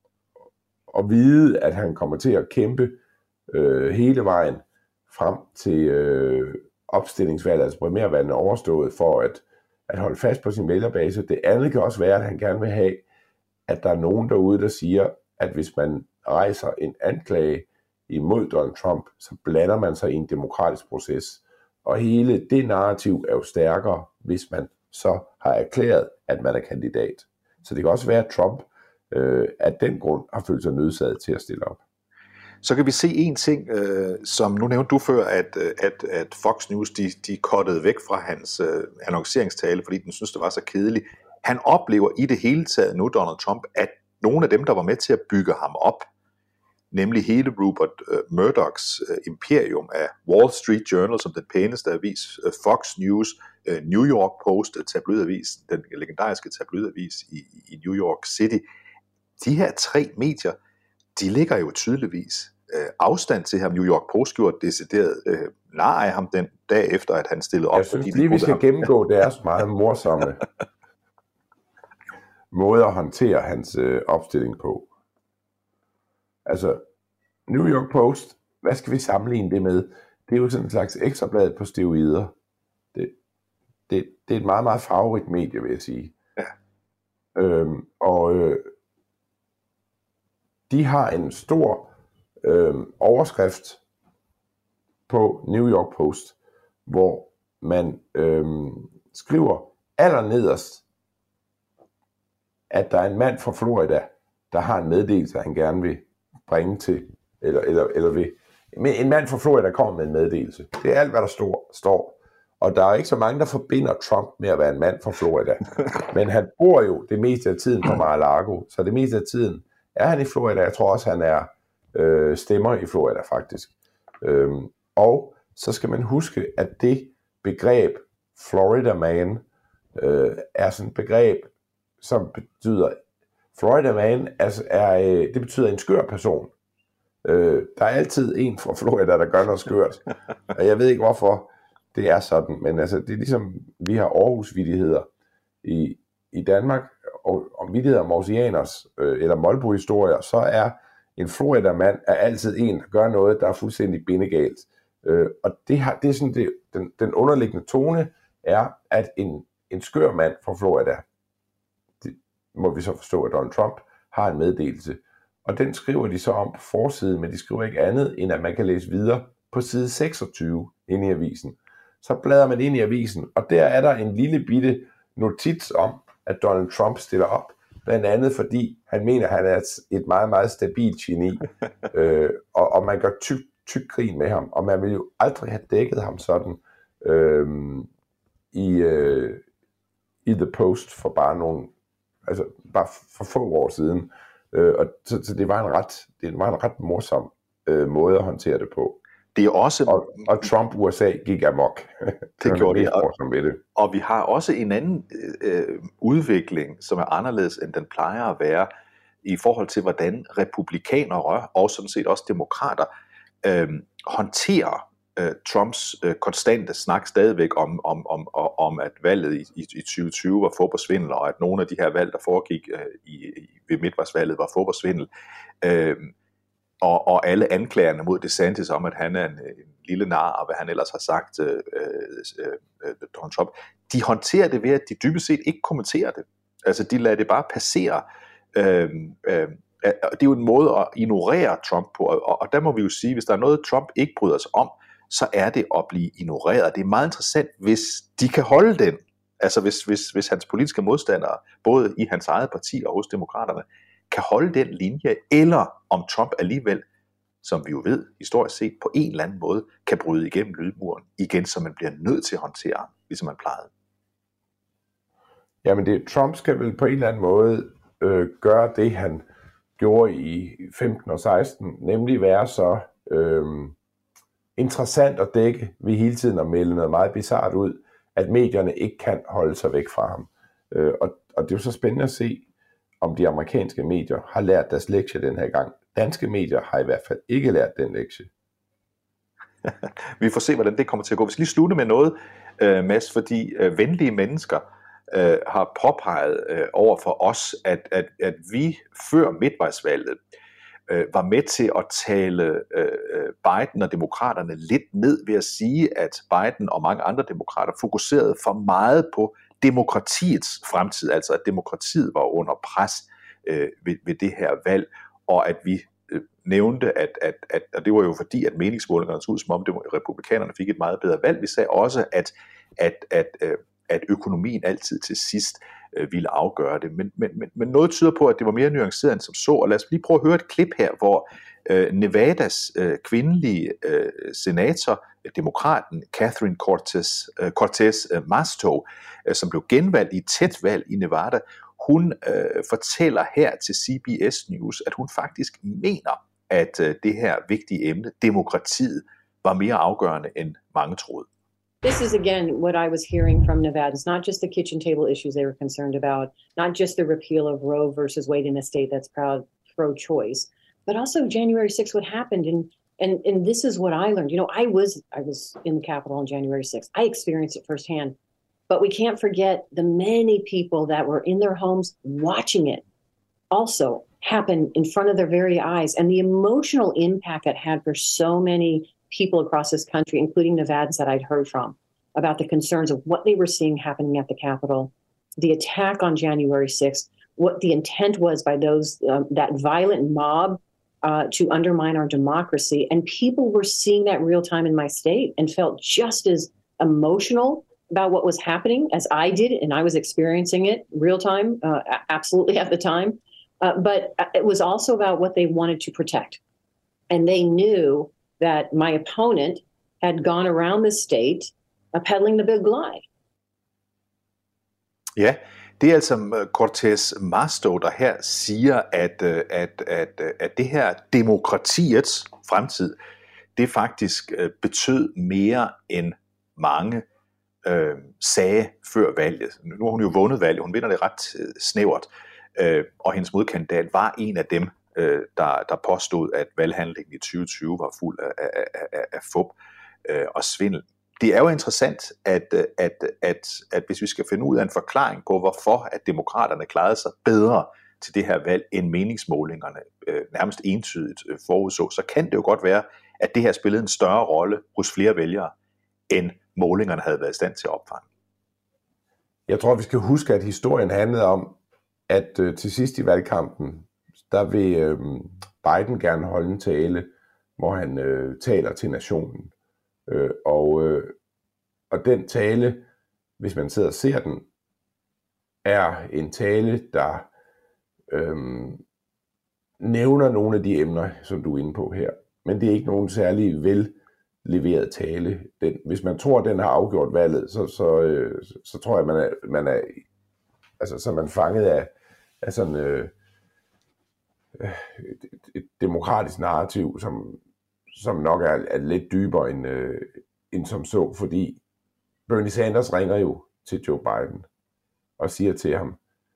at vide, at han kommer til at kæmpe øh, hele vejen frem til øh, opstillingsvalget, altså primærvalgene overstået, for at, at holde fast på sin vælgerbase. Det andet kan også være, at han gerne vil have, at der er nogen derude, der siger, at hvis man rejser en anklage imod Donald Trump, så blander man sig i en demokratisk proces. Og hele det narrativ er jo stærkere, hvis man så har erklæret, at man er kandidat. Så det kan også være, at Trump øh, af den grund har følt sig nødsaget til at stille op. Så kan vi se en ting, øh, som nu nævnte du før, at, at, at Fox News de, de kottede væk fra hans øh, annonceringstale, fordi den synes, det var så kedeligt. Han oplever i det hele taget nu, Donald Trump, at nogle af dem, der var med til at bygge ham op, nemlig hele Rupert øh, Murdochs øh, imperium af Wall Street Journal som den pæneste avis, øh, Fox News, øh, New York Post, tabloidavis, den legendariske tabloidavis i, i New York City. De her tre medier, de ligger jo tydeligvis øh, afstand til ham. New York Post gjorde decideret øh, nar af ham den dag efter, at han stillede op. Jeg synes lige, vi skal ham. gennemgå deres meget morsomme måde at håndtere hans øh, opstilling på. Altså, New York Post, hvad skal vi sammenligne det med? Det er jo sådan en slags ekstrablad på steroider. Det, det, det er et meget, meget farverigt medie, vil jeg sige. Ja. Øhm, og øh, de har en stor øh, overskrift på New York Post, hvor man øh, skriver allernederst, at der er en mand fra Florida, der har en meddelelse, han gerne vil bringe til, eller, eller, eller vil. Men en mand fra Florida kommer med en meddelelse. Det er alt, hvad der står, står. Og der er ikke så mange, der forbinder Trump med at være en mand fra Florida. Men han bor jo det meste af tiden på Mar-a-Lago, så det meste af tiden er han i Florida. Jeg tror også, han er øh, stemmer i Florida, faktisk. Øhm, og så skal man huske, at det begreb Florida man øh, er sådan et begreb, som betyder, Florida man er, er, det betyder en skør person. Øh, der er altid en fra Florida, der gør noget skørt. Og jeg ved ikke, hvorfor det er sådan, men altså, det er ligesom, vi har Aarhus-vittigheder i, i Danmark, og om vittigheder om oceaners, øh, eller Molbo-historier, så er en Florida-mand er altid en, der gør noget, der er fuldstændig bindegalt. Øh, og det, har, det er sådan, det, den, den underliggende tone er, at en, en skør mand fra Florida, det må vi så forstå, at Donald Trump har en meddelelse. Og den skriver de så om på forsiden, men de skriver ikke andet, end at man kan læse videre på side seksogtyve inde i avisen. Så bladrer man ind i avisen, og der er der en lille bitte notits om, at Donald Trump stiller op, blandt andet fordi han mener, at han er et meget, meget stabilt geni, øh, og, og man gør tyk, tyk grin med ham, og man vil jo aldrig have dækket ham sådan øh, i, øh, i The Post for bare nogle altså bare for få år siden. Øh, og så, så det var en ret, det var en ret morsom øh, måde at håndtere det på. Det er også... Og, og Trump U S A gik amok. Det, det gjorde det. Og, det. og vi har også en anden øh, udvikling, som er anderledes, end den plejer at være, i forhold til, hvordan republikanere og sådan set også demokrater øh, håndterer øh, Trumps øh, konstante snak stadigvæk om, om, om, om at valget i, i, i tyve tyve var fodboldsvindel, og at nogle af de her valg, der foregik øh, i, i, ved midtvejsvalget, var fodboldsvindel. Øh, og, og alle anklagerne mod DeSantis om, at han er en, en lille nar, og hvad han ellers har sagt, øh, øh, øh, Donald Trump, de håndterer det ved, at de dybest set ikke kommenterer det. Altså, de lader det bare passere. Øh, øh, det er jo en måde at ignorere Trump på, og, og der må vi jo sige, hvis der er noget, Trump ikke bryder sig om, så er det at blive ignoreret. Det er meget interessant, hvis de kan holde den. Altså, hvis, hvis, hvis hans politiske modstandere, både i hans eget parti og hos demokraterne, kan holde den linje, eller om Trump alligevel, som vi jo ved, historisk set, på en eller anden måde, kan bryde igennem lydmuren igen, så man bliver nødt til at håndtere ham, ligesom man plejede. Jamen, det, Trump skal vel på en eller anden måde øh, gøre det, han gjorde i femten og seksten, nemlig være så øh, interessant at dække ved hele tiden at melde noget meget bizarrt ud, at medierne ikke kan holde sig væk fra ham. Øh, og, og det er jo så spændende at se, om de amerikanske medier har lært deres lektie den her gang. Danske medier har i hvert fald ikke lært den lektie. Vi får se, hvordan det kommer til at gå. Vi skal lige slutte med noget, uh, Mads, fordi uh, venlige mennesker uh, har påpeget uh, over for os, at, at, at vi før midtvejsvalget uh, var med til at tale uh, Biden og demokraterne lidt ned ved at sige, at Biden og mange andre demokrater fokuserede for meget på demokratiets fremtid, altså at demokratiet var under pres øh, ved, ved det her valg, og at vi øh, nævnte, at, at, at, og det var jo fordi, at meningsmålingerne så ud, som om det, republikanerne fik et meget bedre valg. Vi sagde også, at, at, at, øh, at økonomien altid til sidst øh, ville afgøre det. Men, men, men, men noget tyder på, at det var mere nuanceret end som så, og lad os lige prøve at høre et klip her, hvor øh, Nevadas øh, kvindelige øh, senator, demokraten Catherine Cortez, øh, Cortez øh, Masto, øh, som blev genvalgt i et tæt valg i Nevada, hun øh, fortæller her til C B S News, at hun faktisk mener, at øh, det her vigtige emne, demokratiet, var mere afgørende end mange troede. This is again what I was hearing from Nevadans, not just the kitchen table issues they were concerned about, not just the repeal of Roe versus Wade in a state that's proud pro-choice, but also January sixth, what happened. And, and, and this is what I learned. You know, I was, I was in the Capitol on January sixth. I experienced it firsthand. But we can't forget the many people that were in their homes watching it also happen in front of their very eyes, and the emotional impact it had for so many people across this country, including Nevadans that I'd heard from, about the concerns of what they were seeing happening at the Capitol, the attack on January sixth, what the intent was by those, um, that violent mob uh, to undermine our democracy. And people were seeing that real time in my state and felt just as emotional about what was happening as I did, and I was experiencing it real time, uh, absolutely at the time. Uh, but it was also about what they wanted to protect. And they knew that my opponent had gone around the state uh, peddling the big lie. Ja, det er altså Cortez Masto, der her siger, at, at, at, at det her demokratiets fremtid, det faktisk betød mere end mange øh, sagde før valget. Nu har hun jo vundet valget, hun vinder det ret øh, snævert, øh, og hendes modkandidat var en af dem, øh, der, der påstod, at valghandlingen i tyve tyve var fuld af, af, af, af fup øh, og svindel. Det er jo interessant, at, at, at, at hvis vi skal finde ud af en forklaring på, hvorfor at demokraterne klarede sig bedre til det her valg, end meningsmålingerne øh, nærmest entydigt øh, forudså, så kan det jo godt være, at det her spillede en større rolle hos flere vælgere, end målingerne havde været i stand til at opfange. Jeg tror, vi skal huske, at historien handlede om, at øh, til sidst i valgkampen, der vil øh, Biden gerne holde en tale, hvor han øh, taler til nationen. Øh, og, øh, og den tale, hvis man sidder og ser den, er en tale, der øh, nævner nogle af de emner, som du er inde på her. Men det er ikke nogen særlig vel leveret tale. Den, hvis man tror, at den har afgjort valget, så, så, øh, så tror jeg, man er, man er, altså, så er man fanget af, af sådan øh, et, et demokratisk narrativ, som, som nok er, er lidt dybere end, øh, end som så, fordi Bernie Sanders ringer jo til Joe Biden og siger til ham,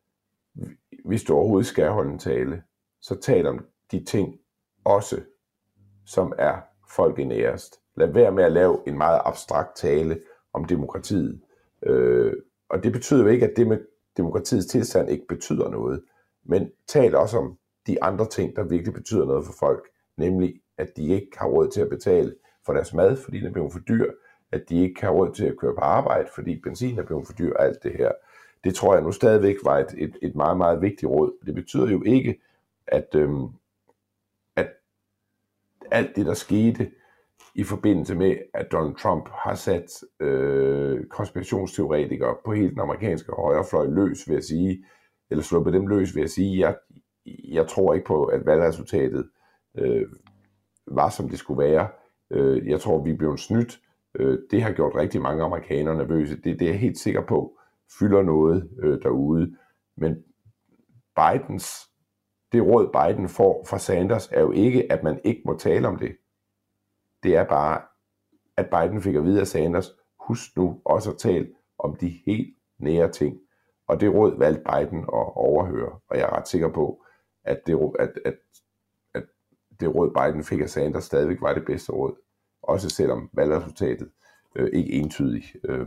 hvis du overhovedet skal holde en tale, så tal om de ting også, som er folkenærest. Lad være med at lave en meget abstrakt tale om demokratiet. Øh, og det betyder jo ikke, at det med demokratiets tilstand ikke betyder noget, men tal også om de andre ting, der virkelig betyder noget for folk, nemlig at de ikke har råd til at betale for deres mad, fordi den er blevet for dyr, at de ikke har råd til at køre på arbejde, fordi benzin er blevet for dyr, og alt det her. Det tror jeg nu stadigvæk var et, et, et meget, meget vigtigt råd. Det betyder jo ikke, at, øhm, at alt det, der skete i forbindelse med, at Donald Trump har sat øh, konspirationsteoretikere på hele den amerikanske højrefløj løs, vil jeg sige, eller sluppet dem løs, vil jeg sige, jeg, jeg tror ikke på, at valgresultatet øh, var, som det skulle være. Øh, jeg tror, vi blev snydt. Øh, det har gjort rigtig mange amerikanere nervøse. Det, det er jeg helt sikker på, fylder noget øh, derude. Men Bidens, det råd Biden får fra Sanders, er jo ikke, at man ikke må tale om det. Det er bare, at Biden fik at vide af Sanders, husk nu også at tale om de helt nære ting. Og det råd valgte Biden at overhøre, og jeg er ret sikker på, at det, at, at, at det råd Biden fik af Sanders stadigvæk var det bedste råd. Også selvom valgresultatet øh, ikke entydigt øh,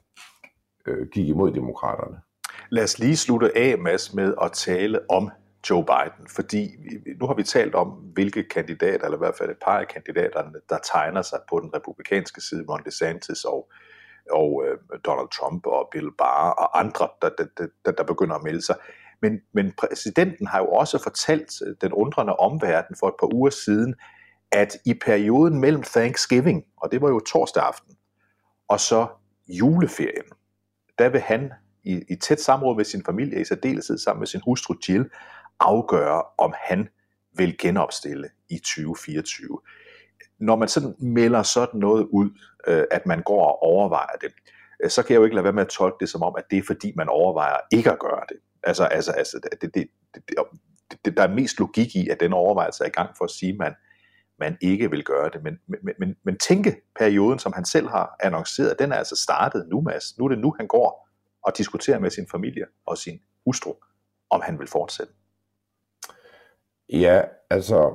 øh, gik imod demokraterne. Lad os lige slutte af, Mads, med at tale om Joe Biden, fordi nu har vi talt om, hvilke kandidater, eller i hvert fald et par af kandidaterne, der tegner sig på den republikanske side, Ron DeSantis og, og øh, Donald Trump og Bill Barr og andre, der, der, der, der begynder at melde sig. Men, men præsidenten har jo også fortalt den undrende omverden for et par uger siden, at i perioden mellem Thanksgiving, og det var jo torsdag aften, og så juleferien, der vil han i, i tæt samråd med sin familie, i særdeleshed sammen med sin hustru Jill, afgøre, om han vil genopstille i tyve fireogtyve. Når man sådan melder sådan noget ud, øh, at man går og overvejer det, øh, så kan jeg jo ikke lade være med at tolke det som om, at det er fordi, man overvejer ikke at gøre det. Altså, altså, altså det, det, det, det, det, der er mest logik i, at den overvejelse er i gang for at sige, at man, man ikke vil gøre det. Men, men, men, men tænkeperioden, som han selv har annonceret, den er altså startet nu, Mads. Nu er det nu, han går og diskuterer med sin familie og sin hustru, om han vil fortsætte. Ja, altså,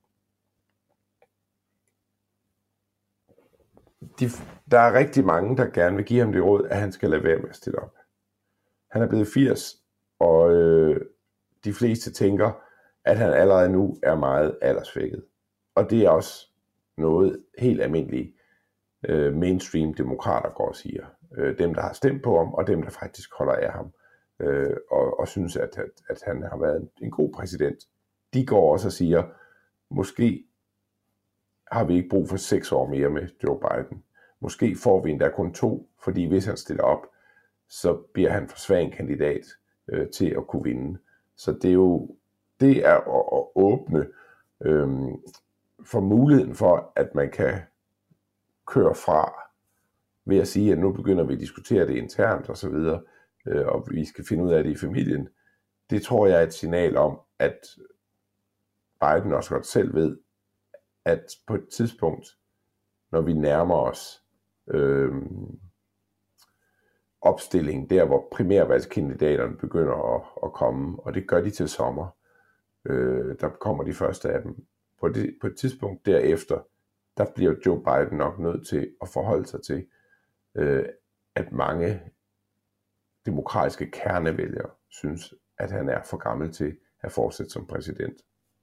de, der er rigtig mange, der gerne vil give ham det råd, at han skal lade være med at stille op. Han er blevet firs, og øh, de fleste tænker, at han allerede nu er meget aldersvækket. Og det er også noget helt almindeligt øh, mainstream demokrater går og siger. Øh, dem, der har stemt på ham, og dem, der faktisk holder af ham, øh, og, og synes, at, at, at han har været en, en god præsident. De går også og siger, måske har vi ikke brug for seks år mere med Joe Biden. Måske får vi endda kun to, fordi hvis han stiller op, så bliver han for svag en kandidat øh, til at kunne vinde. Så det er jo det er at, at åbne øh, for muligheden for, at man kan køre fra ved at sige, at nu begynder vi at diskutere det internt og så videre, øh, og vi skal finde ud af det i familien. Det tror jeg er et signal om, at Biden også godt selv ved, at på et tidspunkt, når vi nærmer os øh, opstillingen, der hvor primærvalgskandidaterne begynder at, at komme, og det gør de til sommer, øh, der kommer de første af dem. På, det, på et tidspunkt derefter, der bliver Joe Biden nok nødt til at forholde sig til, øh, at mange demokratiske kernevælgere synes, at han er for gammel til at fortsætte som præsident.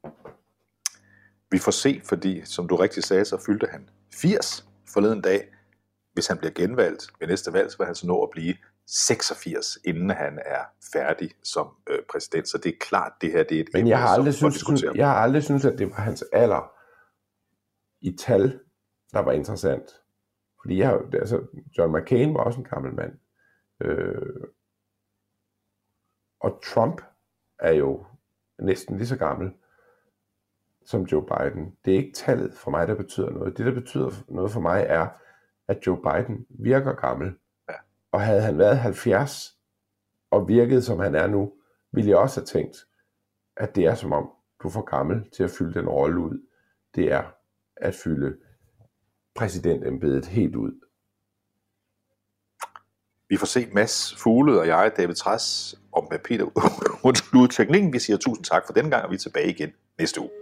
Vi får se, fordi som du rigtig sagde, så fyldte han firs forleden dag. Hvis han bliver genvalgt ved næste valg, så vil han så nå at blive seksogfirs, inden han er færdig som øh, præsident. Så det er klart, det her det er et Men jeg har aldrig synes, jeg har aldrig synes, at det var hans alder i tal, der var interessant. Fordi jeg, altså, John McCain var også en gammel mand. Øh, og Trump er jo næsten lige så gammel som Joe Biden. Det er ikke tallet for mig, der betyder noget. Det, der betyder noget for mig, er, at Joe Biden virker gammel. Ja. Og havde han været halvfjerds og virket, som han er nu, ville jeg også have tænkt, at det er som om, du er for gammel til at fylde den rolle ud. Det er at fylde præsidentembedet helt ud. Vi får set Mads Fuglede og jeg, David Træs, om hvad Peter undskyld teknikken. Vi siger tusind tak for den gang, og vi er tilbage igen næste uge.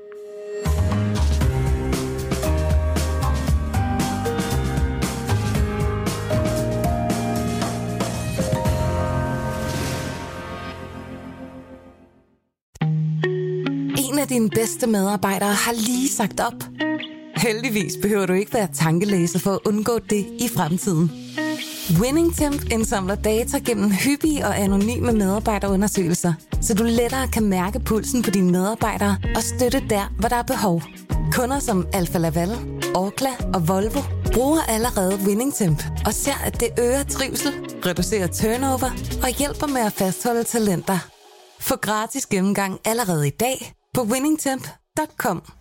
En af dine bedste medarbejdere har lige sagt op. Heldigvis behøver du ikke være tankelæser for at undgå det i fremtiden. WinningTemp indsamler data gennem hyppige og anonyme medarbejderundersøgelser, så du lettere kan mærke pulsen på dine medarbejdere og støtte der, hvor der er behov. Kunder som Alfa Laval, Orkla og Volvo bruger allerede WinningTemp og ser, at det øger trivsel, reducerer turnover og hjælper med at fastholde talenter. Få gratis gennemgang allerede i dag på winningtemp punktum com.